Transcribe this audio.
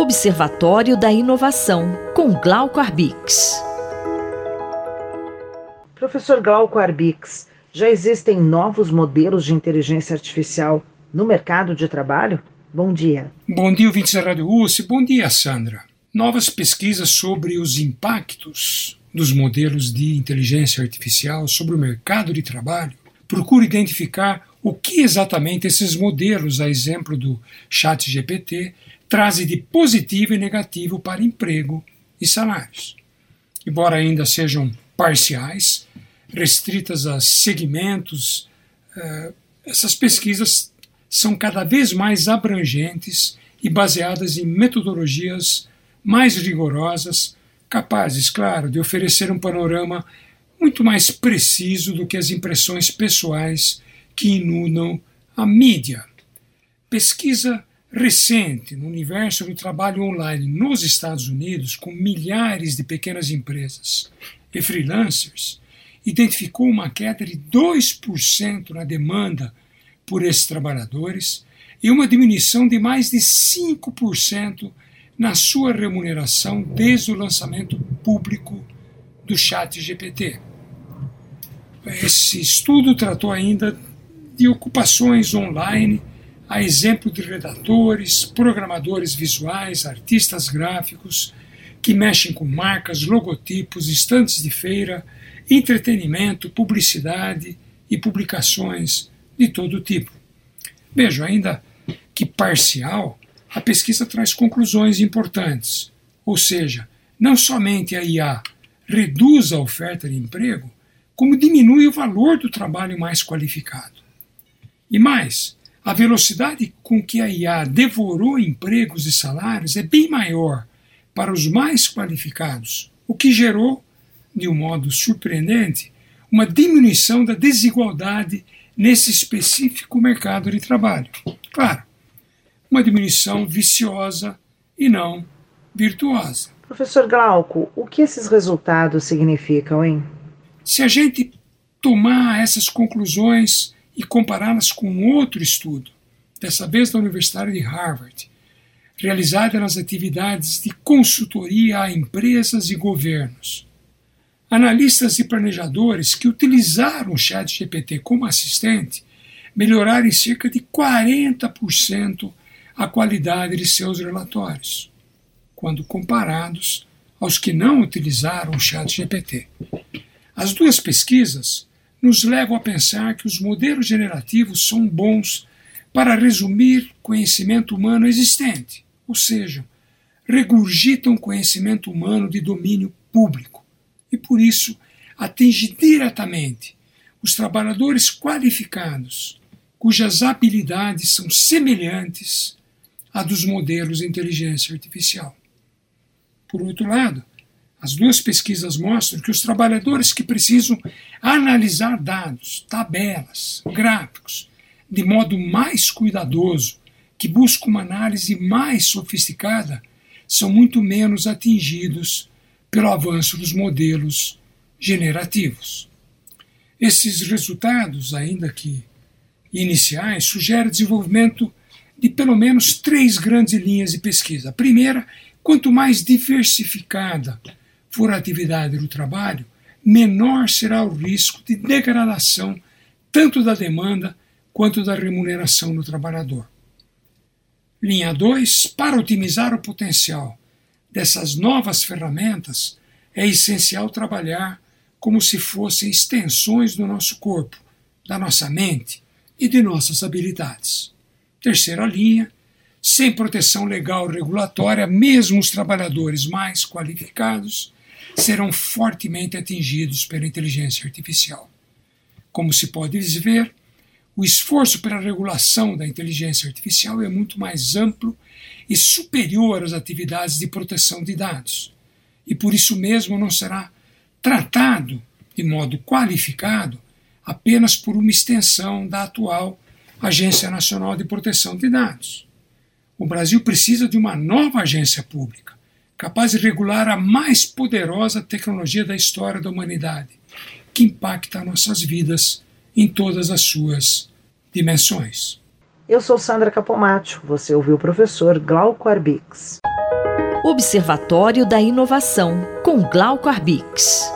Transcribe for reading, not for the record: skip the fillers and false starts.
Observatório da Inovação, com Glauco Arbix. Professor Glauco Arbix, já existem novos modelos de inteligência artificial no mercado de trabalho? Bom dia. Bom dia, ouvintes da Rádio USP. Bom dia, Sandra. Novas pesquisas sobre os impactos dos modelos de inteligência artificial sobre o mercado de trabalho procuram identificar o que exatamente esses modelos, a exemplo do ChatGPT, trazem de positivo e negativo para emprego e salários. Embora ainda sejam parciais, restritas a segmentos, essas pesquisas são cada vez mais abrangentes e baseadas em metodologias mais rigorosas, capazes, claro, de oferecer um panorama muito mais preciso do que as impressões pessoais que inundam a mídia. Pesquisa recente no universo do trabalho online nos Estados Unidos, com milhares de pequenas empresas e freelancers, identificou uma queda de 2% na demanda por esses trabalhadores e uma diminuição de mais de 5% na sua remuneração desde o lançamento público do ChatGPT. Esse estudo tratou ainda de ocupações online, a exemplo de redatores, programadores visuais, artistas gráficos, que mexem com marcas, logotipos, estandes de feira, entretenimento, publicidade e publicações de todo tipo. Vejo ainda que parcial, a pesquisa traz conclusões importantes, ou seja, não somente a IA reduz a oferta de emprego, como diminui o valor do trabalho mais qualificado. E mais, a velocidade com que a IA devorou empregos e salários é bem maior para os mais qualificados, o que gerou, de um modo surpreendente, uma diminuição da desigualdade nesse específico mercado de trabalho. Claro, uma diminuição viciosa e não virtuosa. Professor Glauco, o que esses resultados significam, hein? Se a gente tomar essas conclusões e compará-las com outro estudo, dessa vez da Universidade de Harvard, realizada nas atividades de consultoria a empresas e governos, analistas e planejadores que utilizaram o ChatGPT como assistente melhoraram em cerca de 40% a qualidade de seus relatórios, quando comparados aos que não utilizaram o ChatGPT. As duas pesquisas nos levam a pensar que os modelos generativos são bons para resumir conhecimento humano existente, ou seja, regurgitam conhecimento humano de domínio público e, por isso, atinge diretamente os trabalhadores qualificados, cujas habilidades são semelhantes à dos modelos de inteligência artificial. Por outro lado, as duas pesquisas mostram que os trabalhadores que precisam analisar dados, tabelas, gráficos, de modo mais cuidadoso, que buscam uma análise mais sofisticada, são muito menos atingidos pelo avanço dos modelos generativos. Esses resultados, ainda que iniciais, sugerem o desenvolvimento de pelo menos 3 grandes linhas de pesquisa. A primeira, quanto mais diversificada for a atividade do trabalho, menor será o risco de degradação tanto da demanda quanto da remuneração do trabalhador. Linha 2, para otimizar o potencial dessas novas ferramentas, é essencial trabalhar como se fossem extensões do nosso corpo, da nossa mente e de nossas habilidades. Terceira linha, sem proteção legal regulatória, mesmo os trabalhadores mais qualificados serão fortemente atingidos pela inteligência artificial. Como se pode ver, o esforço pela regulação da inteligência artificial é muito mais amplo e superior às atividades de proteção de dados, e por isso mesmo não será tratado de modo qualificado apenas por uma extensão da atual Agência Nacional de Proteção de Dados. O Brasil precisa de uma nova agência pública, capaz de regular a mais poderosa tecnologia da história da humanidade, que impacta nossas vidas em todas as suas dimensões. Eu sou Sandra Capomatto, você ouviu o professor Glauco Arbix. Observatório da Inovação, com Glauco Arbix.